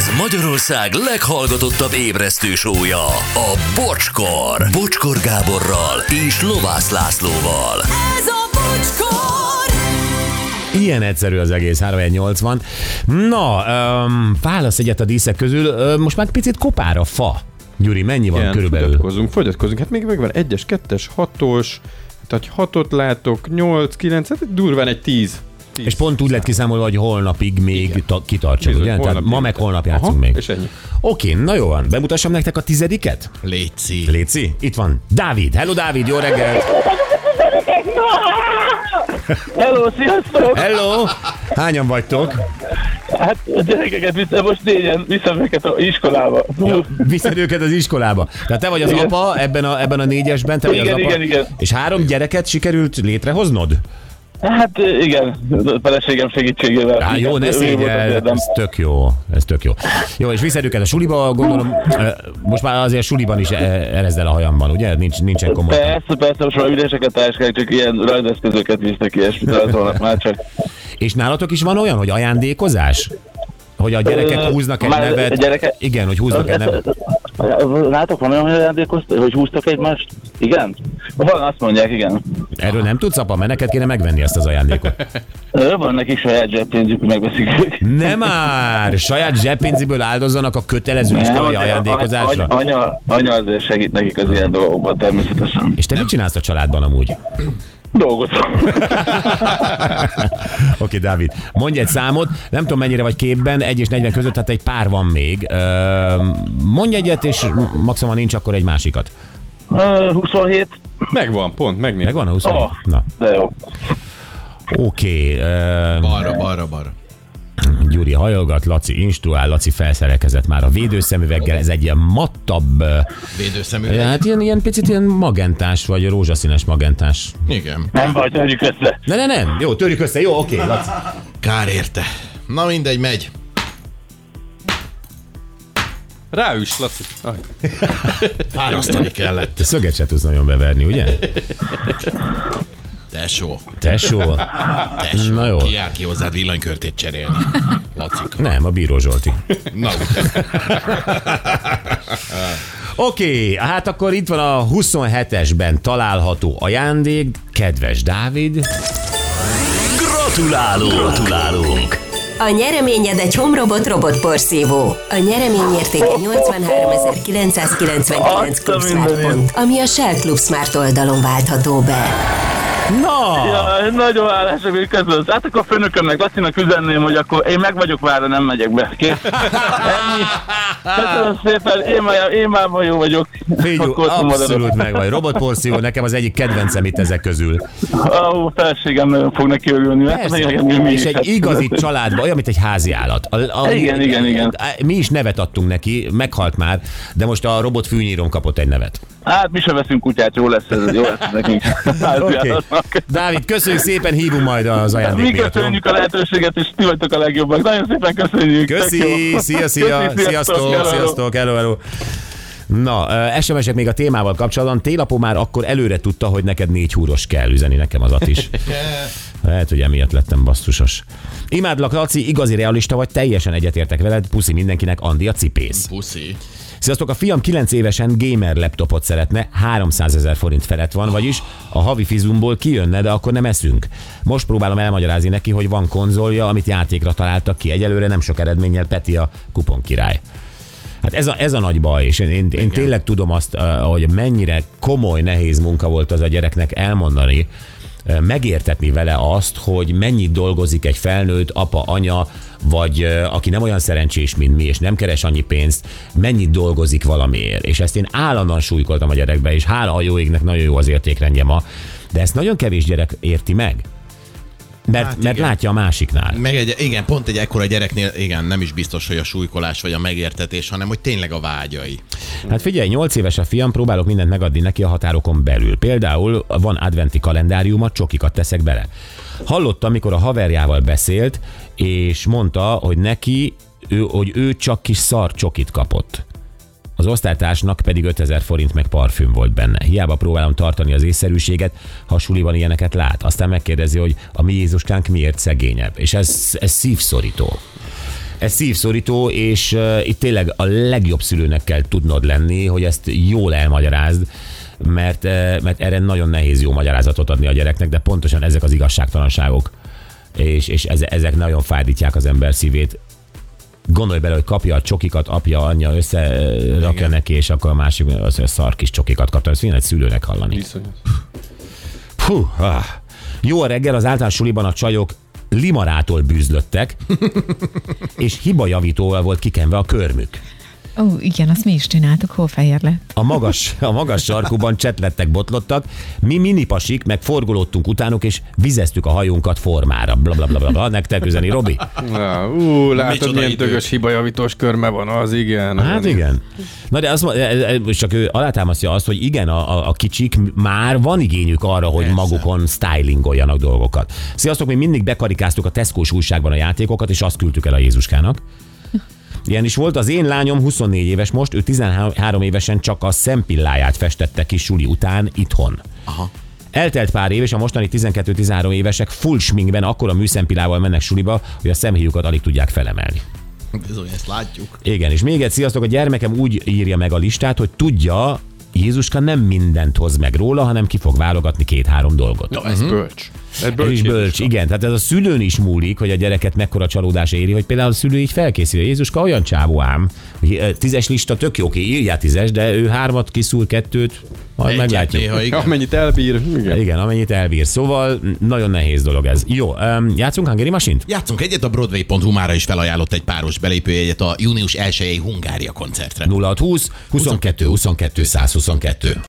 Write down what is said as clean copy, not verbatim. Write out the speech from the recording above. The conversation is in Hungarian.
Ez Magyarország leghallgatottabb ébresztő show-ja, a Bocskor. Bocskor Gáborral és Lovász Lászlóval. Ez a Bocskor! Ilyen egyszerű az egész, 380. Na, válasz egyet a díszek közül, most már picit kopár a fa. Gyuri, mennyi van körülbelül? Fogyatkozunk. Hát még megvan 1-es, 2-es, 6-os, tehát 6-ot látok, 8, 9, hát durván egy 10. És pont úgy lett kiszámolva, hogy holnapig még kitartson, ugye? Tehát ma meg holnap játszunk még. És ennyi. Oké, na jó van. Bemutassam nektek a 10-et? Léci. Léci? Itt van. Dávid. Hello, Dávid, jó reggelt! Hello, sziasztok! Hello! Hányan vagytok? Hát a gyerekeket viszem most négyen, viszem őket az iskolába. Viszed őket az iskolába. Tehát te vagy az apa ebben a 4-esben, te vagy az apa. Igen. És 3 gyereket sikerült létrehoznod? Hát igen, a feleségem segítségével. Jó, ne szégyel, ez tök jó. Jó, és viszed őket a suliba, gondolom, most már azért suliban is erezd el a hajamban, ugye? Nincsen komoly. Persze, most már üdeseket táskák, csak ilyen rajzeszközöket visznek ilyesmit, rajzolnak már csak. És nálatok is van olyan, hogy ajándékozás? Hogy a gyerekek húznak egy nevet? Igen, hogy húznak egy nevet. Látok, van olyan ajándékoztat, hogy húztak egymást? Igen? Van, azt mondják, igen. Erről nem tudsz, apa, mert neked kéne megvenni ezt az ajándékot. Van nekik saját zseppénzük, hogy megbeszik ők. Nem már! Saját zseppénziből áldozzanak a kötelező iskolai ajándékozásra? Anya azért segít nekik az ilyen dolgokban természetesen. És te mit csinálsz a családban amúgy? Dolgozom. Oké, Dávid, mondj egy számot, nem tudom mennyire vagy képben, 1 és 40 között, tehát egy pár van még. Mondj egyet, és maximum nincs, akkor egy másikat. 27. Megvan, pont, megnézem. Megvan a 27? Na. De jó. Oké. Balra. Gyuri hajolgat, Laci instruál, Laci felszerelkezett már a védőszemüveggel, ez egy ilyen mattabb... Védőszemüveg? Hát ilyen picit ilyen magentás, vagy rózsaszínes magentás. Igen. Nem baj, törjük össze. Nem. Jó, törjük össze, jó, oké, Laci. Kár érte. Na mindegy, megy. Ráüss, Laci. Fárasztani kellett. Te szöget se tudsz nagyon beverni, ugye? Tesó. Na jó. Ki jár ki hozzád villanykörtét cserélni? Lacika. Nem, a Bíró Zsolti. Na. Oké, hát akkor itt van a 27-esben található ajándék. Kedves Dávid. Gratulálunk! A nyereményed egy Homrobot robotporszívó. A nyeremény értéke 83.999 Club Smart pont, ami a Shell Club Smart oldalon váltható be. Na! Ja, nagyon hálások, hogy köszönöm. Hát akkor a főnökömnek, Lacinak üzenném, hogy akkor én meg vagyok várva, nem megyek be. Kész. Ennyi. Köszönöm szépen, én már jó vagyok. Figyelj, abszolút meg vagy. Robotporszívó nekem az egyik kedvencem itt ezek közül. Feleségem nagyon fog neki örülni. És egy igazi családban, olyan, mint egy házi állat. Igen. Mi is nevet adtunk neki, meghalt már, de most a robot fűnyírom kapott egy nevet. Hát mi sem veszünk kutyát, jó lesz nekünk. Okay. Dávid, köszönjük szépen, hívunk majd az ajándék mi miatt. köszönjük a lehetőséget, és ti vagytok a legjobbak. Nagyon szépen köszönjük. Köszi, szia, sziasztok, hello. Na, SMS-ek még a témával kapcsolatban. Télapó már akkor előre tudta, hogy neked 4 húros kell, üzeni nekem az is. Lehet, hogy emiatt lettem basszusos. Imádlak, Laci, igazi realista vagy, teljesen egyetértek veled. Puszi mindenkinek, Andi a cipész. Puszi. Sziasztok, a fiam 9 évesen gamer laptopot szeretne, 300 000 forint felett van, vagyis a havi fizumból kijönne, de akkor nem eszünk. Most próbálom elmagyarázni neki, hogy van konzolja, amit játékra találtak ki. Egyelőre nem sok eredménnyel, Peti a kupon király. Hát ez a nagy baj, és én tényleg tudom azt, hogy mennyire komoly, nehéz munka volt az a gyereknek elmondani, megértetni vele azt, hogy mennyit dolgozik egy felnőtt apa, anya, vagy aki nem olyan szerencsés, mint mi, és nem keres annyi pénzt, mennyit dolgozik valamiért. És ezt én állandóan súlykoltam a gyerekbe, és hála a jó égnek nagyon jó az értékrendje ma, de ezt nagyon kevés gyerek érti meg. Mert látja a másiknál. Igen, pont egy ekkora gyereknél, igen, nem is biztos, hogy a súlykolás vagy a megértetés, hanem hogy tényleg a vágyai. Hát figyelj, 8 éves a fiam, próbálok mindent megadni neki a határokon belül. Például van adventi kalendáriuma, csokikat teszek bele. Hallottam, mikor a haverjával beszélt, és mondta, hogy ő csak kis szar csokit kapott. Az osztálytársnak pedig 5000 forint meg parfüm volt benne. Hiába próbálom tartani az észszerűséget, ha a suliban ilyeneket lát. Aztán megkérdezi, hogy a mi Jézuskánk miért szegényebb. És ez szívszorító. Ez szívszorító, és itt tényleg a legjobb szülőnek kell tudnod lenni, hogy ezt jól elmagyarázd, mert erre nagyon nehéz jó magyarázatot adni a gyereknek, de pontosan ezek az igazságtalanságok, és ezek nagyon fájdítják az ember szívét. Gondolj bele, hogy kapja a csokikat, apja, anyja összerakja neki, és akkor a másik az szar kis csokikat kapta. Ezt egy szülőnek hallani. Viszonyos. Jó a reggel, az általános suliban a csajok limarától bűzlöttek, és hibajavítóval volt kikenve a körmük. Ó, igen, azt mi is csináltuk, hófehér lett. A magas sarkuban csetlettek, botlottak, mi minipasik, meg forgolódtunk utánuk, és vizeztük a hajónkat formára. Blablabla, nektek üzeni, Robi? Látod, milyen dögös hibajavítós körme van, az igen. Hát igen. Na de csak ő alátámasztja azt, hogy igen, a kicsik már van igényük arra, hogy magukon stylingoljanak dolgokat. Sziasztok, mi mindig bekarikáztuk a Tesco-s újságban a játékokat, és azt küldtük el a Jézuskának. Ilyen is volt, az én lányom 24 éves most, ő 13 évesen csak a szempilláját festette ki suli után itthon. Aha. Eltelt pár év, és a mostani 12-13 évesek full sminkben akkora műszempillával mennek suliba, hogy a szemhéjukat alig tudják felemelni. Bizony, ezt látjuk. Igen, és még egy sziasztok, a gyermekem úgy írja meg a listát, hogy tudja, Jézuska nem mindent hoz meg róla, hanem ki fog válogatni 2-3 dolgot. No, ez bölcs. Ez is bölcs, igen. Tehát ez a szülőn is múlik, hogy a gyereket mekkora csalódás éri, hogy például a szülő így felkészül. Jézuska olyan csávó ám, hogy 10-es lista tök jó, írjál 10-es, de ő 3-at kiszúr, 2-t, majd meglátjuk. Amennyit elbír. Igen, amennyit elbír. Szóval nagyon nehéz dolog ez. Jó, játszunk Hungary Machine-t? Játszunk egyet, a Broadway.hu mára is felajánlott egy páros belépőjegyet a június 1-i Hungária koncertre. 0620 22 22 122.